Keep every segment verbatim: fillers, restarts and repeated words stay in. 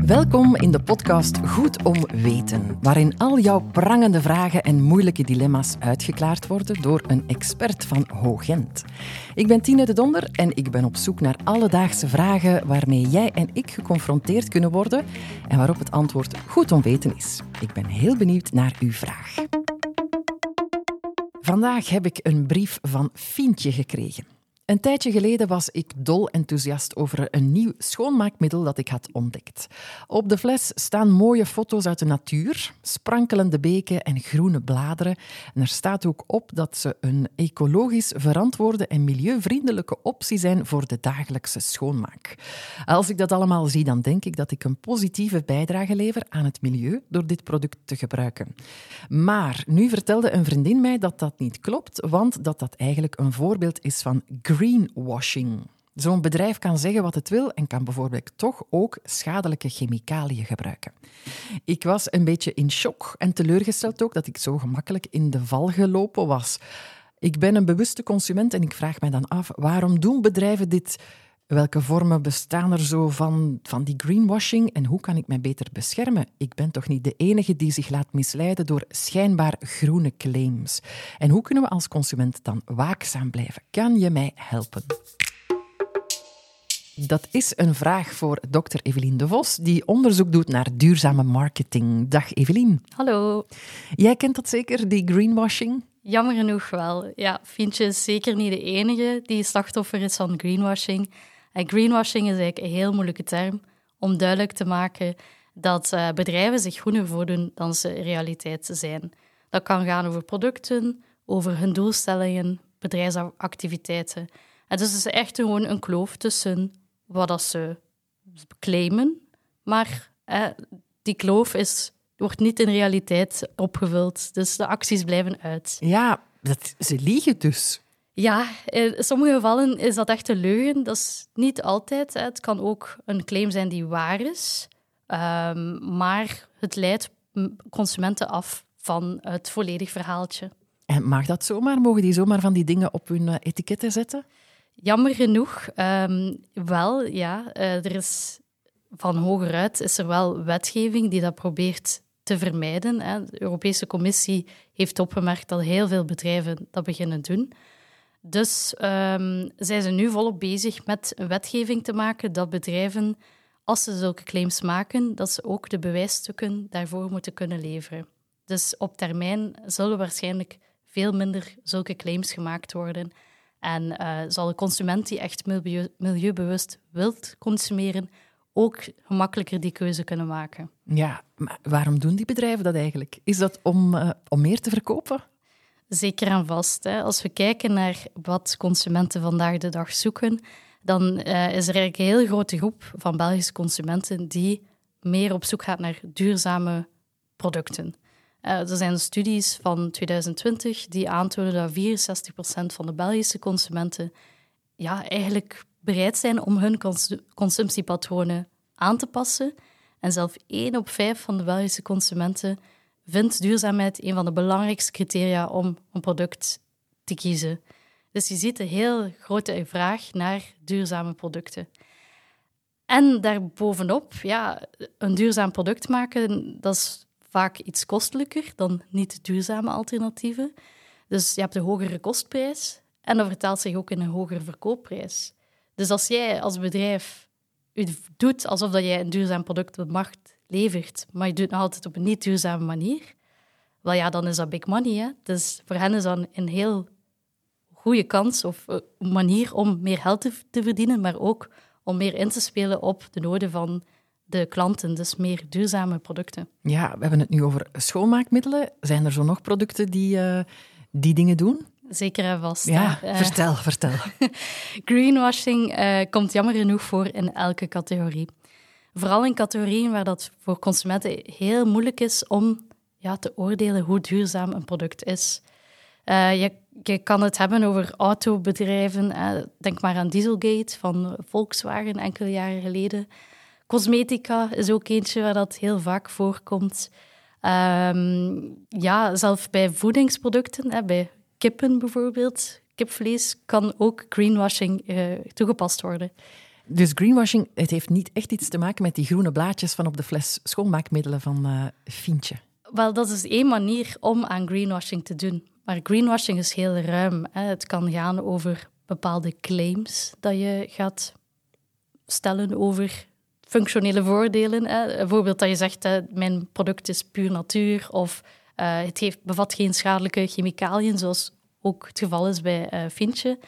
Welkom in de podcast Goed om Weten, waarin al jouw prangende vragen en moeilijke dilemma's uitgeklaard worden door een expert van Hoogent. Ik ben Tine de Donder en ik ben op zoek naar alledaagse vragen waarmee jij en ik geconfronteerd kunnen worden en waarop het antwoord goed om weten is. Ik ben heel benieuwd naar uw vraag. Vandaag heb ik een brief van Fientje gekregen. Een tijdje geleden was ik dol enthousiast over een nieuw schoonmaakmiddel dat ik had ontdekt. Op de fles staan mooie foto's uit de natuur, sprankelende beken en groene bladeren. En er staat ook op dat ze een ecologisch verantwoorde en milieuvriendelijke optie zijn voor de dagelijkse schoonmaak. Als ik dat allemaal zie, dan denk ik dat ik een positieve bijdrage lever aan het milieu door dit product te gebruiken. Maar nu vertelde een vriendin mij dat dat niet klopt, want dat dat eigenlijk een voorbeeld is van greenwashing. Zo'n bedrijf kan zeggen wat het wil en kan bijvoorbeeld toch ook schadelijke chemicaliën gebruiken. Ik was een beetje in shock en teleurgesteld ook dat ik zo gemakkelijk in de val gelopen was. Ik ben een bewuste consument en ik vraag mij dan af, waarom doen bedrijven dit? Welke vormen bestaan er zo van, van die greenwashing en hoe kan ik mij beter beschermen? Ik ben toch niet de enige die zich laat misleiden door schijnbaar groene claims. En hoe kunnen we als consument dan waakzaam blijven? Kan je mij helpen? Dat is een vraag voor dokter Evelien de Vos, die onderzoek doet naar duurzame marketing. Dag Evelien. Hallo. Jij kent dat zeker, die greenwashing? Jammer genoeg wel. Ja, Fientje is zeker niet de enige die slachtoffer is van greenwashing. En greenwashing is eigenlijk een heel moeilijke term om duidelijk te maken dat uh, bedrijven zich groener voordoen dan ze in realiteit zijn. Dat kan gaan over producten, over hun doelstellingen, bedrijfsactiviteiten. En dus het is echt gewoon een kloof tussen wat dat ze claimen, maar eh, die kloof is, wordt niet in realiteit opgevuld. Dus de acties blijven uit. Ja, dat, ze liegen dus. Ja, in sommige gevallen is dat echt een leugen. Dat is niet altijd. Hè. Het kan ook een claim zijn die waar is. Um, maar het leidt consumenten af van het volledig verhaaltje. En mag dat zomaar? Mogen die zomaar van die dingen op hun etiketten zetten? Jammer genoeg um, wel, ja. Uh, er is van hogeruit is er wel wetgeving die dat probeert te vermijden. Hè. De Europese Commissie heeft opgemerkt dat heel veel bedrijven dat beginnen doen. Dus um, zijn ze nu volop bezig met een wetgeving te maken dat bedrijven, als ze zulke claims maken, dat ze ook de bewijsstukken daarvoor moeten kunnen leveren. Dus op termijn zullen waarschijnlijk veel minder zulke claims gemaakt worden. En uh, zal de consument die echt milieu, milieubewust wilt consumeren, ook gemakkelijker die keuze kunnen maken. Ja, maar waarom doen die bedrijven dat eigenlijk? Is dat om, uh, om meer te verkopen? Zeker en vast. Hè. Als we kijken naar wat consumenten vandaag de dag zoeken, dan uh, is er eigenlijk een heel grote groep van Belgische consumenten die meer op zoek gaat naar duurzame producten. Uh, er zijn studies van twintig twintig die aantonen dat vierenzestig procent van de Belgische consumenten ja, eigenlijk bereid zijn om hun cons- consumptiepatronen aan te passen. En zelfs één op vijf van de Belgische consumenten vindt duurzaamheid een van de belangrijkste criteria om een product te kiezen. Dus je ziet een heel grote vraag naar duurzame producten. En daarbovenop, ja, een duurzaam product maken, dat is vaak iets kostelijker dan niet duurzame alternatieven. Dus je hebt een hogere kostprijs en dat vertaalt zich ook in een hogere verkoopprijs. Dus als jij als bedrijf je doet alsof dat jij een duurzaam product op de markt levert, maar je doet het nog altijd op een niet duurzame manier, wel ja, dan is dat big money. Hè? Dus voor hen is dat een heel goede kans of een manier om meer geld te, te verdienen, maar ook om meer in te spelen op de noden van de klanten, dus meer duurzame producten. Ja, we hebben het nu over schoonmaakmiddelen. Zijn er zo nog producten die, uh, die dingen doen? Zeker en vast. Ja, uh, vertel, vertel. Greenwashing uh, komt jammer genoeg voor in elke categorie. Vooral in categorieën waar dat voor consumenten heel moeilijk is om ja, te oordelen hoe duurzaam een product is. Uh, je, je kan het hebben over autobedrijven. Uh, denk maar aan Dieselgate van Volkswagen enkele jaren geleden. Cosmetica is ook eentje waar dat heel vaak voorkomt. Um, ja, zelfs bij voedingsproducten, hè, bij kippen bijvoorbeeld, kipvlees, kan ook greenwashing uh, toegepast worden. Dus greenwashing, het heeft niet echt iets te maken met die groene blaadjes van op de fles schoonmaakmiddelen van uh, Fintje. Wel, dat is één manier om aan greenwashing te doen. Maar greenwashing is heel ruim. Hè. Het kan gaan over bepaalde claims dat je gaat stellen over functionele voordelen. Hè. Bijvoorbeeld dat je zegt, hè, mijn product is puur natuur of uh, het heeft, bevat geen schadelijke chemicaliën, zoals ook het geval is bij uh, Fintje.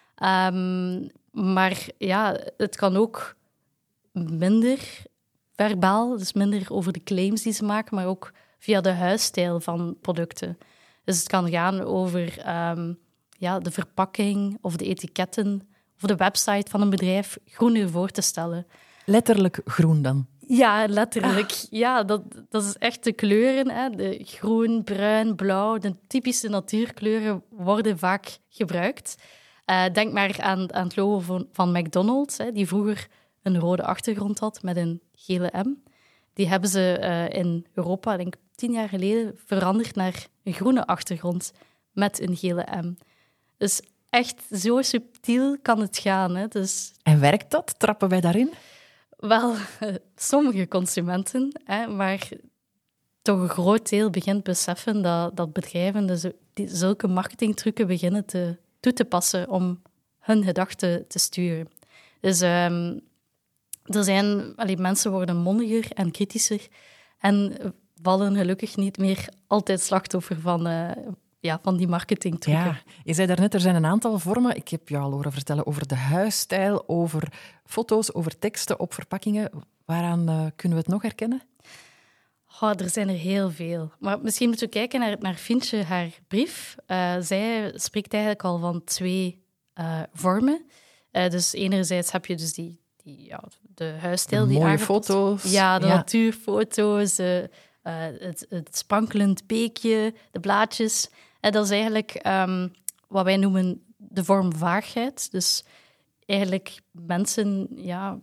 Um, maar ja, het kan ook minder verbaal, dus minder over de claims die ze maken, maar ook via de huisstijl van producten. Dus het kan gaan over um, ja, de verpakking of de etiketten of de website van een bedrijf groener voor te stellen. Letterlijk groen dan? Ja, letterlijk. Ah. Ja, dat, dat is echt de kleuren. Hè. De groen, bruin, blauw, de typische natuurkleuren worden vaak gebruikt. Uh, denk maar aan, aan het logo van, van McDonald's, hè, die vroeger een rode achtergrond had met een gele M. Die hebben ze uh, in Europa, denk ik tien jaar geleden, veranderd naar een groene achtergrond met een gele M. Dus echt zo subtiel kan het gaan. Hè. Dus... En werkt dat? Trappen wij daarin? Wel, sommige consumenten, hè, maar toch een groot deel begint beseffen dat, dat bedrijven dus die, zulke marketingtrucken beginnen te, toe te passen om hun gedachten te sturen. Dus um, er zijn, allee, mensen worden mondiger en kritischer en vallen gelukkig niet meer altijd slachtoffer van, uh, ja, van die marketingtrucken. Ja, je zei daarnet, er zijn een aantal vormen. Ik heb jou al horen vertellen over de huisstijl, over foto's, over teksten op verpakkingen. Waaraan uh, kunnen we het nog herkennen? Oh, er zijn er heel veel. Maar misschien moeten we kijken naar, naar Fintje, haar brief. Uh, zij spreekt eigenlijk al van twee uh, vormen. Uh, dus enerzijds heb je dus die, die, ja, de huisstijl. De die mooie aangepast... foto's. Ja, de ja. natuurfoto's, uh, uh, het, het sprankelend beekje, de blaadjes. En dat is eigenlijk um, wat wij noemen de vorm vaagheid. Dus eigenlijk mensen... ja.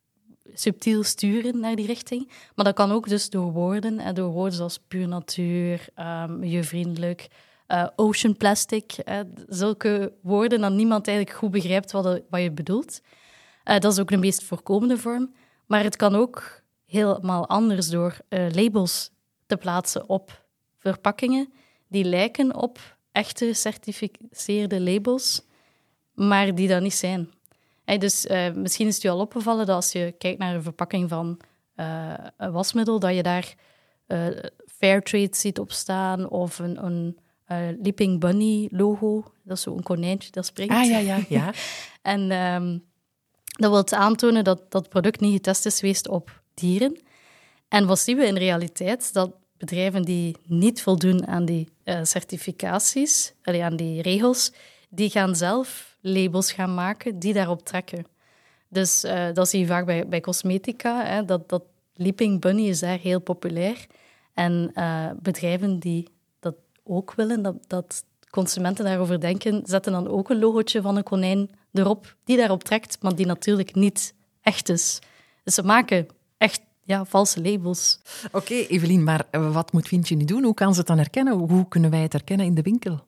subtiel sturen naar die richting. Maar dat kan ook dus door woorden. Hè, door woorden zoals puur natuur, um, milieuvriendelijk, uh, ocean plastic. Hè, zulke woorden dat niemand eigenlijk goed begrijpt wat, de, wat je bedoelt. Uh, dat is ook de meest voorkomende vorm. Maar het kan ook helemaal anders door uh, labels te plaatsen op verpakkingen die lijken op echte certificeerde labels, maar die dat niet zijn. Hey, dus uh, misschien is het je al opgevallen dat als je kijkt naar een verpakking van uh, een wasmiddel, dat je daar uh, Fairtrade ziet op staan of een, een uh, Leaping Bunny logo. Dat is zo'n konijntje dat springt. Ah, ja, ja, ja. En um, dat wil aantonen dat dat product niet getest is geweest op dieren. En wat zien we in realiteit? Dat bedrijven die niet voldoen aan die uh, certificaties, allee, aan die regels, die gaan zelf labels gaan maken die daarop trekken. Dus uh, dat zie je vaak bij, bij cosmetica. Hè, dat, dat Leaping Bunny is daar heel populair. En uh, bedrijven die dat ook willen, dat, dat consumenten daarover denken, zetten dan ook een logootje van een konijn erop, die daarop trekt, maar die natuurlijk niet echt is. Dus ze maken echt ja, valse labels. Oké, okay, Evelien, maar wat moet Fintje nu doen? Hoe kan ze het dan herkennen? Hoe kunnen wij het herkennen in de winkel?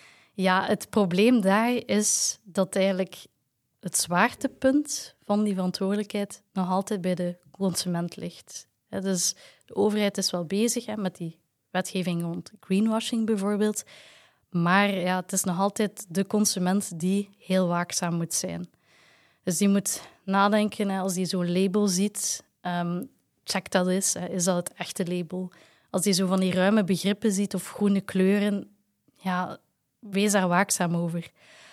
Ja, het probleem daar is dat eigenlijk het zwaartepunt van die verantwoordelijkheid nog altijd bij de consument ligt. He, dus de overheid is wel bezig he, met die wetgeving rond greenwashing bijvoorbeeld, maar ja, het is nog altijd de consument die heel waakzaam moet zijn. Dus die moet nadenken, he, als die zo'n label ziet, um, check dat eens, he, is dat het echte label? Als die zo van die ruime begrippen ziet of groene kleuren, ja... wees daar waakzaam over.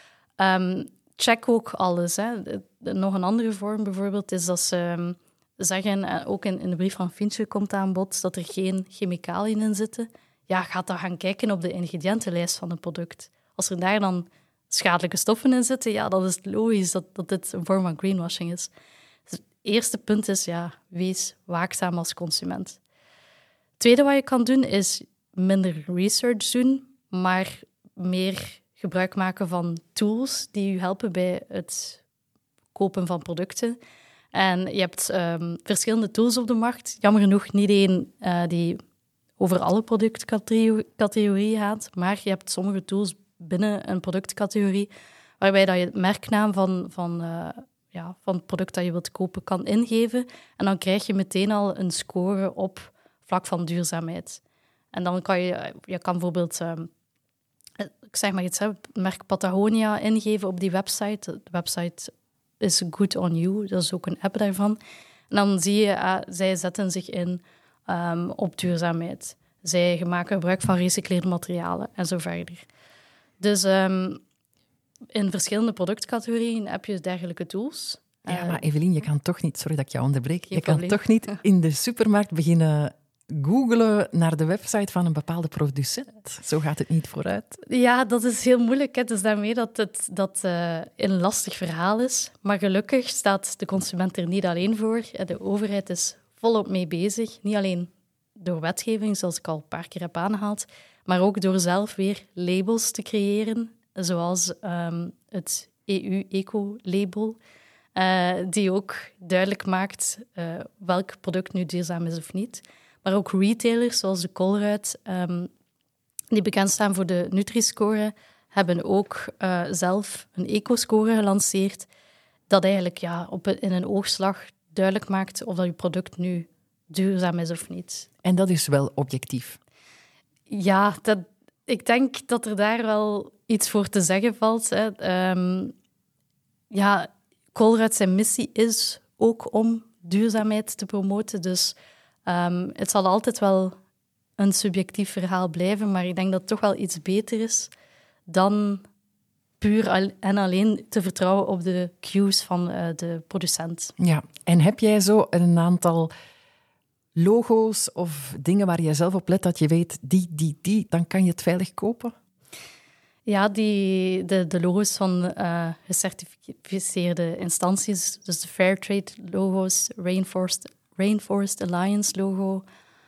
Um, check ook alles. Hè. De, de, nog een andere vorm bijvoorbeeld is dat ze um, zeggen, ook in, in de brief van Fintje komt aan bod, dat er geen chemicaliën in zitten. Ja, ga dan gaan kijken op de ingrediëntenlijst van een product. Als er daar dan schadelijke stoffen in zitten, ja, dan is het logisch dat, dat dit een vorm van greenwashing is. Dus het eerste punt is, ja, wees waakzaam als consument. Het tweede wat je kan doen, is minder research doen, maar meer gebruik maken van tools die u helpen bij het kopen van producten. En je hebt um, verschillende tools op de markt. Jammer genoeg niet één uh, die over alle productcategorieën gaat, maar je hebt sommige tools binnen een productcategorie waarbij dat je het merknaam van, van uh, ja, van het product dat je wilt kopen kan ingeven. En dan krijg je meteen al een score op vlak van duurzaamheid. En dan kan je, je kan bijvoorbeeld, um, ik zeg maar iets, hè, het merk Patagonia ingeven op die website. De website is Good On You, dat is ook een app daarvan. En dan zie je, uh, zij zetten zich in um, op duurzaamheid. Zij maken gebruik van gerecycleerde materialen en zo verder. Dus um, in verschillende productcategorieën heb je dergelijke tools. Ja, maar Evelien, je kan toch niet, sorry dat ik jou onderbreek, Geen je kan probleem. toch niet in de supermarkt beginnen googelen naar de website van een bepaalde producent. Zo gaat het niet vooruit. Ja, dat is heel moeilijk. Het is daarmee dat het dat, uh, een lastig verhaal is. Maar gelukkig staat de consument er niet alleen voor. De overheid is volop mee bezig. Niet alleen door wetgeving, zoals ik al een paar keer heb aangehaald, maar ook door zelf weer labels te creëren, zoals um, het E U-eco-label, uh, die ook duidelijk maakt uh, welk product nu duurzaam is of niet. Maar ook retailers, zoals de Colruyt, um, die bekend staan voor de Nutri-score, hebben ook uh, zelf een eco-score gelanceerd, dat eigenlijk ja, op een, in een oogslag duidelijk maakt of dat je product nu duurzaam is of niet. En dat is wel objectief. Ja, dat, ik denk dat er daar wel iets voor te zeggen valt. Hè. Um, ja, Colruyt zijn missie is ook om duurzaamheid te promoten. Dus um, het zal altijd wel een subjectief verhaal blijven, maar ik denk dat het toch wel iets beter is dan puur al, en alleen te vertrouwen op de cues van uh, de producent. Ja, en heb jij zo een aantal logo's of dingen waar je zelf op let dat je weet, die, die, die, dan kan je het veilig kopen? Ja, die, de, de logo's van uh, gecertificeerde instanties, dus de Fairtrade-logo's, Rainforest, Rainforest Alliance logo,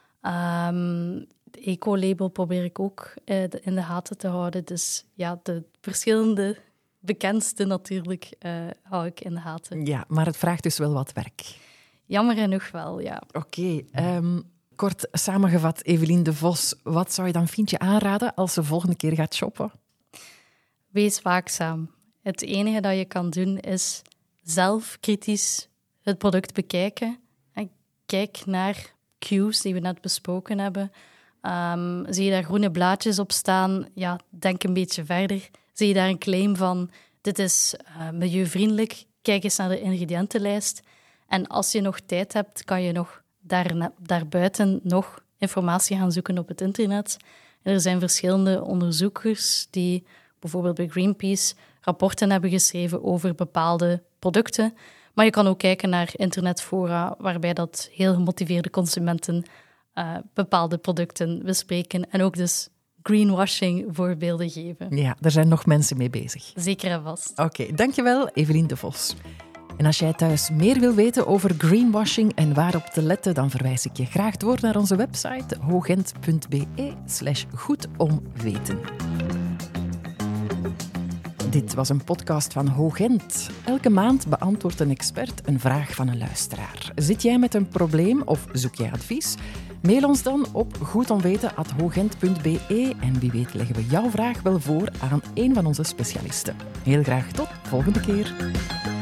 um, de eco-label probeer ik ook uh, in de gaten te houden. Dus ja, de verschillende bekendste natuurlijk uh, hou ik in de gaten. Ja, maar het vraagt dus wel wat werk. Jammer genoeg wel, ja. Oké, okay, um, kort samengevat, Evelien de Vos, wat zou je dan Fientje aanraden als ze volgende keer gaat shoppen? Wees waakzaam. Het enige dat je kan doen is zelf kritisch het product bekijken. En kijk naar cues die we net besproken hebben. Um, zie je daar groene blaadjes op staan? Ja, denk een beetje verder. Zie je daar een claim van, dit is uh, milieuvriendelijk? Kijk eens naar de ingrediëntenlijst. En als je nog tijd hebt, kan je nog daar, daarbuiten nog informatie gaan zoeken op het internet. En er zijn verschillende onderzoekers die bijvoorbeeld bij Greenpeace rapporten hebben geschreven over bepaalde producten. Maar je kan ook kijken naar internetfora, waarbij dat heel gemotiveerde consumenten uh, bepaalde producten bespreken en ook dus greenwashing voorbeelden geven. Ja, er zijn nog mensen mee bezig. Zeker en vast. Oké, okay, dankjewel Evelien de Vos. En als jij thuis meer wil weten over greenwashing en waarop te letten, dan verwijs ik je graag door naar onze website hogent.be slash goed om weten. Dit was een podcast van Hogent. Elke maand beantwoordt een expert een vraag van een luisteraar. Zit jij met een probleem of zoek jij advies? Mail ons dan op goedomweten at hogent punt be en wie weet leggen we jouw vraag wel voor aan een van onze specialisten. Heel graag tot volgende keer.